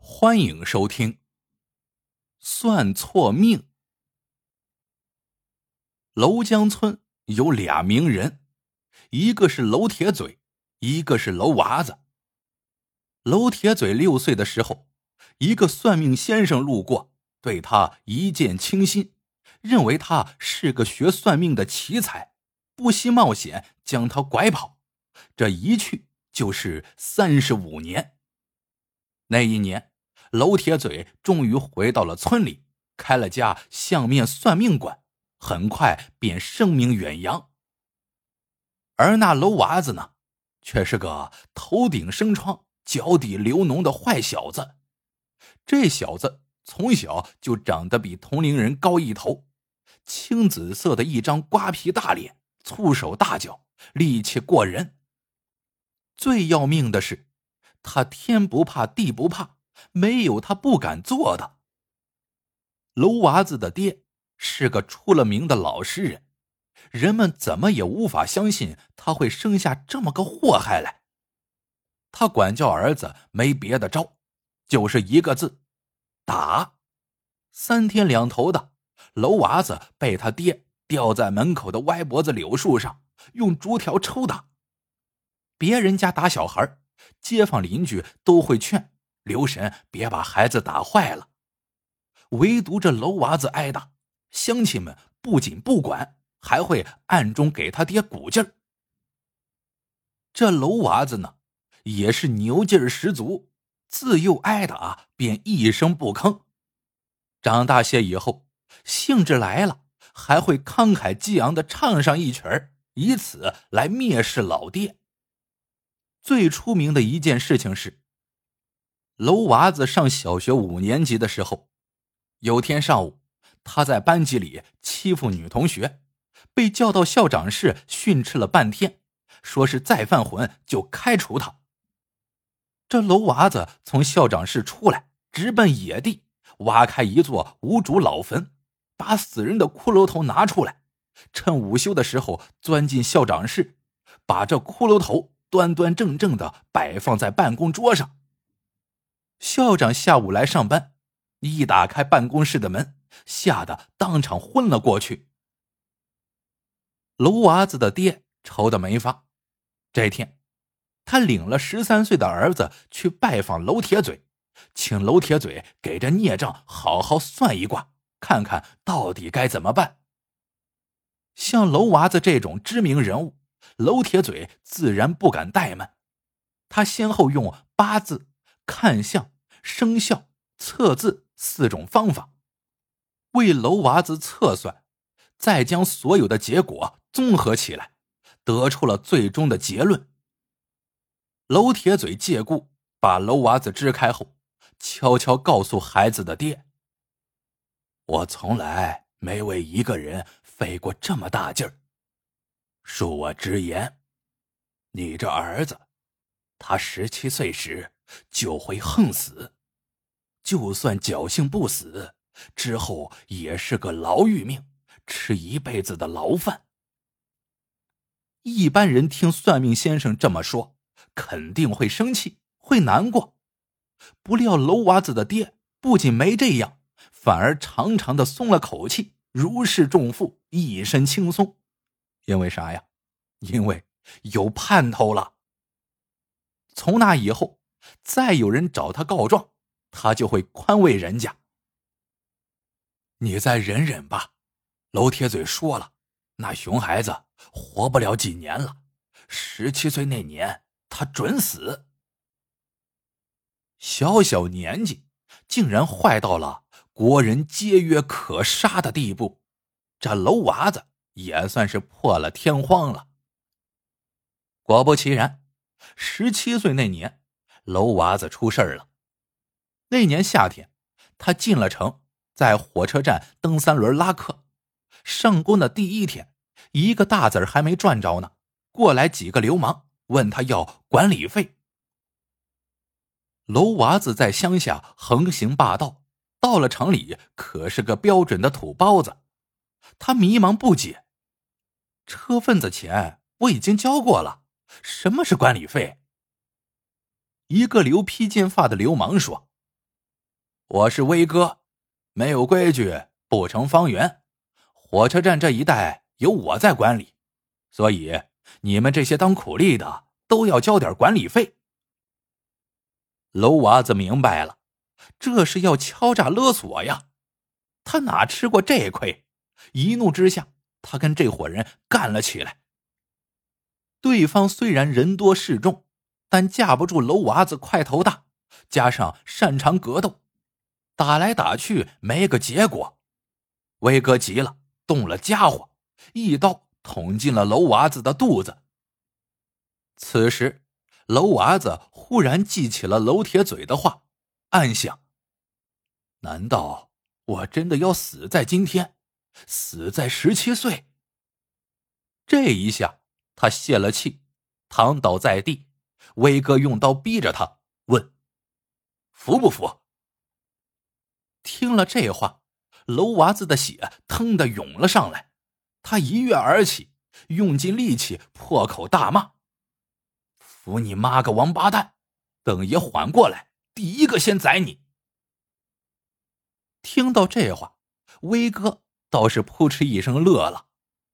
欢迎收听算错命。娄江村有俩名人，一个是娄铁嘴，一个是娄娃子。娄铁嘴6岁的时候，一个算命先生路过，对他一见倾心，认为他是个学算命的奇才，不惜冒险将他拐跑，这一去就是35年。那一年，娄铁嘴终于回到了村里，开了家相面算命馆，很快便声名远扬。而那娄娃子呢，却是个头顶生疮、脚底流脓的坏小子。这小子从小就长得比同龄人高一头，青紫色的一张瓜皮大脸，粗手大脚，力气过人。最要命的是，他天不怕地不怕，没有他不敢做的。娄娃子的爹是个出了名的老实人，人们怎么也无法相信他会生下这么个祸害来。他管教儿子没别的招，就是一个字：打。3天2头的，娄娃子被他爹吊在门口的歪脖子柳树上，用竹条抽打。别人家打小孩，街坊邻居都会劝留神别把孩子打坏了，唯独这娄娃子挨打，乡亲们不仅不管，还会暗中给他爹鼓劲儿。这娄娃子呢，也是牛劲儿十足，自幼挨打便一声不吭。长大些以后，兴致来了，还会慷慨激昂地唱上一曲儿，以此来蔑视老爹。最出名的一件事情是，娄娃子上小学5年级的时候，有天上午，他在班级里欺负女同学，被叫到校长室训斥了半天，说是再犯浑就开除他。这娄娃子从校长室出来，直奔野地，挖开一座无主老坟，把死人的骷髅头拿出来，趁午休的时候钻进校长室，把这骷髅头端端正正地摆放在办公桌上。校长下午来上班，一打开办公室的门，吓得当场昏了过去。娄娃子的爹愁得没法，这天他领了13岁的儿子去拜访娄铁嘴，请娄铁嘴给这孽障好好算一卦，看看到底该怎么办。像娄娃子这种知名人物，娄铁嘴自然不敢怠慢，他先后用八字、看相、生肖、测字4种方法，为娄娃子测算，再将所有的结果综合起来，得出了最终的结论。娄铁嘴借故把娄娃子支开后，悄悄告诉孩子的爹：我从来没为一个人费过这么大劲儿。恕我直言，你这儿子，他17岁时就会横死，就算侥幸不死，之后也是个牢狱命，吃一辈子的牢饭。一般人听算命先生这么说，肯定会生气，会难过。不料娄娃子的爹不仅没这样，反而长长的松了口气，如释重负，一身轻松。因为啥呀？因为有盼头了。从那以后，再有人找他告状，他就会宽慰人家。你再忍忍吧，娄铁嘴说了，那熊孩子活不了几年了，17岁那年他准死。小小年纪竟然坏到了国人皆曰可杀的地步，这娄娃子也算是破了天荒了。果不其然，17岁那年，娄娃子出事了。那年夏天，他进了城，在火车站蹬3轮拉客。上工的第1天，一个大子还没赚着呢，过来几个流氓问他要管理费。娄娃子在乡下横行霸道，到了城里可是个标准的土包子。他迷茫不解，车份子钱我已经交过了，什么是管理费？一个留披肩发的流氓说： 我是威哥，没有规矩不成方圆。火车站这一带由我在管理，所以你们这些当苦力的都要交点管理费。”娄娃子明白了，这是要敲诈勒索呀，他哪吃过这亏，一怒之下，他跟这伙人干了起来。对方虽然人多势众，但架不住娄娃子块头大，加上擅长格斗，打来打去没个结果。威哥急了，动了家伙，一刀捅进了娄娃子的肚子。此时娄娃子忽然记起了娄铁嘴的话，暗想：难道我真的要死在今天，死在17岁？这一下他泄了气，躺倒在地。威哥用刀逼着他问：服不服？听了这话，娄娃子的血腾地涌了上来，他一跃而起，用尽力气破口大骂：服你妈个王八蛋，等爷缓过来，第一个先宰你！听到这话，威哥倒是扑哧一声乐了，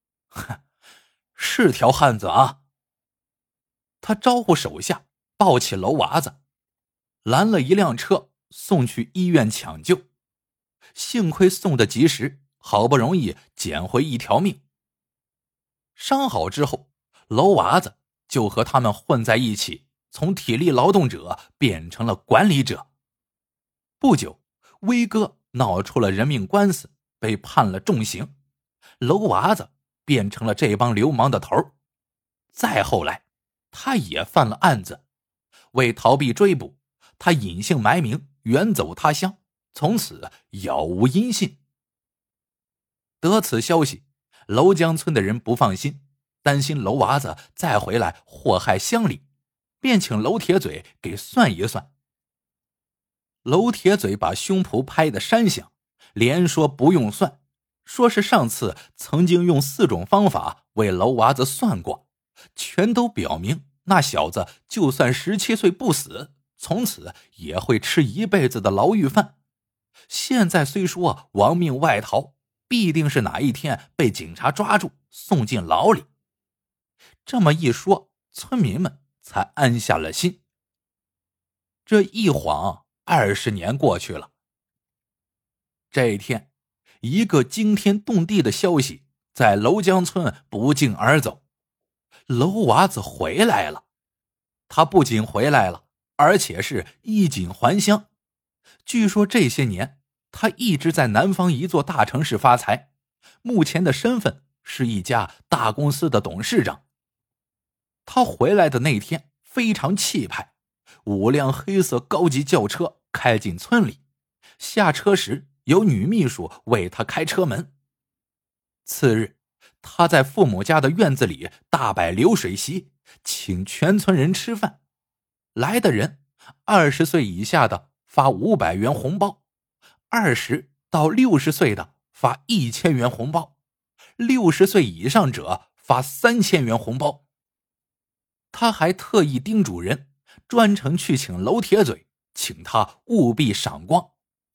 是条汉子啊。他招呼手下抱起娄娃子，拦了一辆车送去医院抢救。幸亏送得及时，好不容易捡回一条命。伤好之后，娄娃子就和他们混在一起，从体力劳动者变成了管理者。不久，威哥闹出了人命官司，被判了重刑，娄娃子变成了这帮流氓的头。再后来，他也犯了案子，为逃避追捕，他隐姓埋名远走他乡，从此杳无音信。得此消息，娄江村的人不放心，担心娄娃子再回来祸害乡里，便请娄铁嘴给算一算。娄铁嘴把胸脯拍得山响，连说不用算，说是上次曾经用4种方法为娄娃子算过，全都表明那小子就算17岁不死，从此也会吃一辈子的牢狱饭。现在虽说亡命外逃，必定是哪一天被警察抓住送进牢里。这么一说，村民们才安下了心。这一晃20年过去了。这一天，一个惊天动地的消息在娄江村不胫而走，娄娃子回来了。他不仅回来了，而且是衣锦还乡。据说这些年他一直在南方一座大城市发财，目前的身份是一家大公司的董事长。他回来的那天非常气派，5辆黑色高级轿车开进村里，下车时有女秘书为他开车门。次日，他在父母家的院子里大摆流水席，请全村人吃饭。来的人20岁以下的发500元红包，20到60岁的发1000元红包，60岁以上者发3000元红包。他还特意叮嘱人专程去请娄铁嘴，请他务必赏光。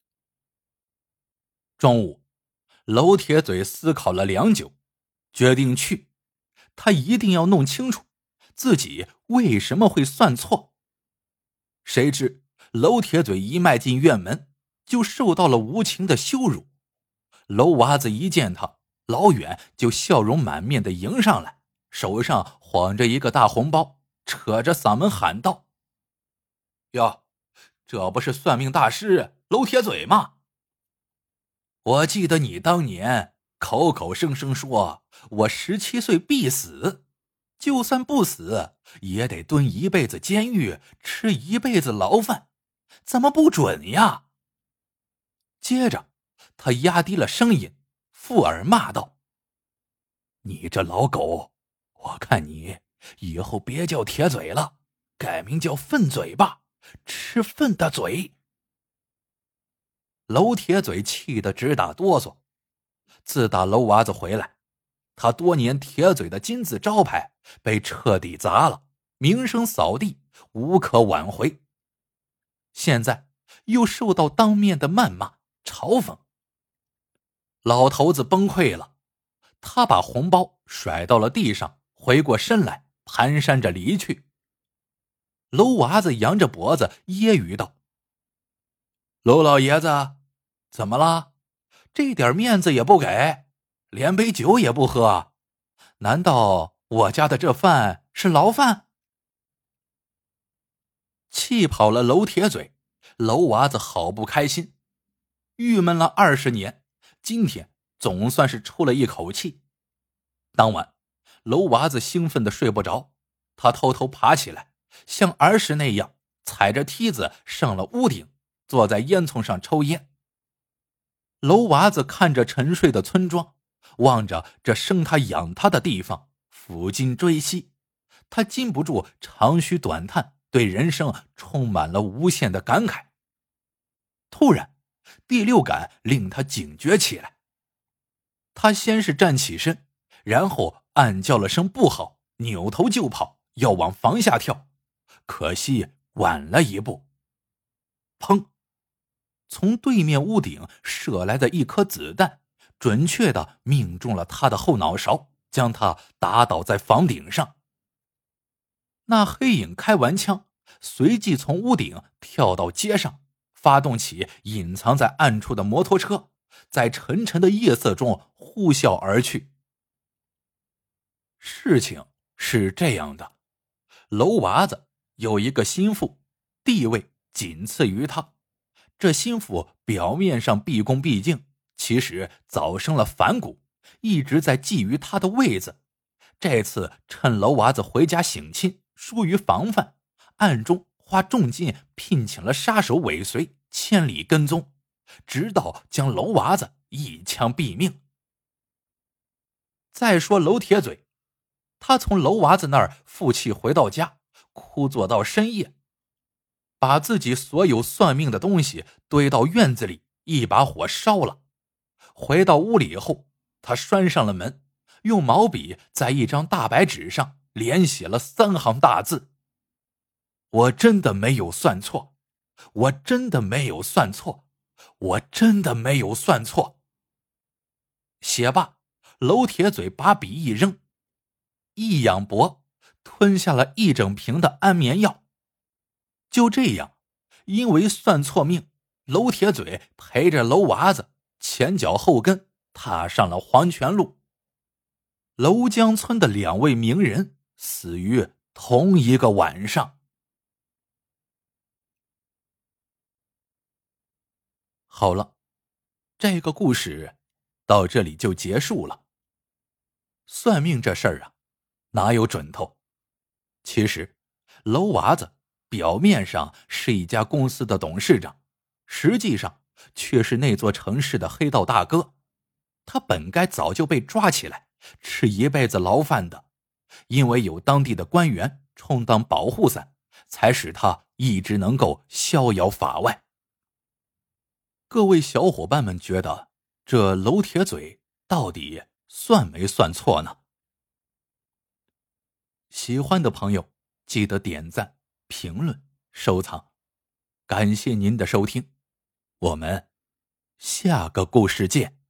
中午，娄铁嘴思考了良久，决定去。他一定要弄清楚自己为什么会算错。谁知娄铁嘴一迈进院门，就受到了无情的羞辱。娄娃子一见他，老远就笑容满面地迎上来，手上晃着一个大红包，扯着嗓门喊道：哟，这不是算命大师娄铁嘴吗？我记得你当年口口声声说我17岁必死，就算不死也得蹲一辈子监狱，吃一辈子牢饭，怎么不准呀？接着他压低了声音，附耳骂道：你这老狗，我看你以后别叫铁嘴了，改名叫粪嘴吧，吃粪的嘴。娄铁嘴气得直打哆嗦。自打娄娃子回来，他多年铁嘴的金字招牌被彻底砸了，名声扫地，无可挽回。现在又受到当面的谩骂嘲讽。老头子崩溃了，他把红包甩到了地上，回过身来蹒跚着离去。娄娃子扬着脖子揶揄道：娄老爷子，怎么了？这点面子也不给，连杯酒也不喝，难道我家的这饭是牢饭？气跑了娄铁嘴，娄娃子好不开心，郁闷了20年，今天总算是出了一口气。当晚，娄娃子兴奋的睡不着，他偷偷爬起来，像儿时那样踩着梯子上了屋顶，坐在烟囱上抽烟。娄娃子看着沉睡的村庄，望着这生他养他的地方，抚今追昔，他禁不住长吁短叹，对人生充满了无限的感慨。突然，第六感令他警觉起来。他先是站起身，然后暗叫了声不好，扭头就跑，要往房下跳，可惜晚了一步。砰！从对面屋顶射来的一颗子弹，准确地命中了他的后脑勺，将他打倒在房顶上。那黑影开完枪，随即从屋顶跳到街上，发动起隐藏在暗处的摩托车，在沉沉的夜色中呼啸而去。事情是这样的，娄娃子有一个心腹，地位仅次于他。这心腹表面上毕恭毕敬，其实早生了反骨，一直在觊觎他的位子。这次趁娄娃子回家省亲，疏于防范，暗中花重金聘请了杀手尾随，千里跟踪，直到将娄娃子一枪毙命。再说娄铁嘴，他从娄娃子那儿负气回到家，枯坐到深夜，把自己所有算命的东西堆到院子里，一把火烧了。回到屋里后，他拴上了门，用毛笔在一张大白纸上连写了3行大字：我真的没有算错，我真的没有算错，我真的没有算错。写罢，娄铁嘴把笔一扔，一仰脖，吞下了1整瓶的安眠药。就这样，因为算错命，娄铁嘴陪着娄娃子前脚后跟踏上了黄泉路。娄江村的2位名人死于同一个晚上。好了，这个故事到这里就结束了。算命这事儿啊，哪有准头？其实，娄娃子表面上是一家公司的董事长，实际上却是那座城市的黑道大哥。他本该早就被抓起来，吃一辈子牢饭的，因为有当地的官员充当保护伞，才使他一直能够逍遥法外。各位小伙伴们觉得这娄铁嘴到底算没算错呢？喜欢的朋友记得点赞、评论、收藏，感谢您的收听，我们下个故事见。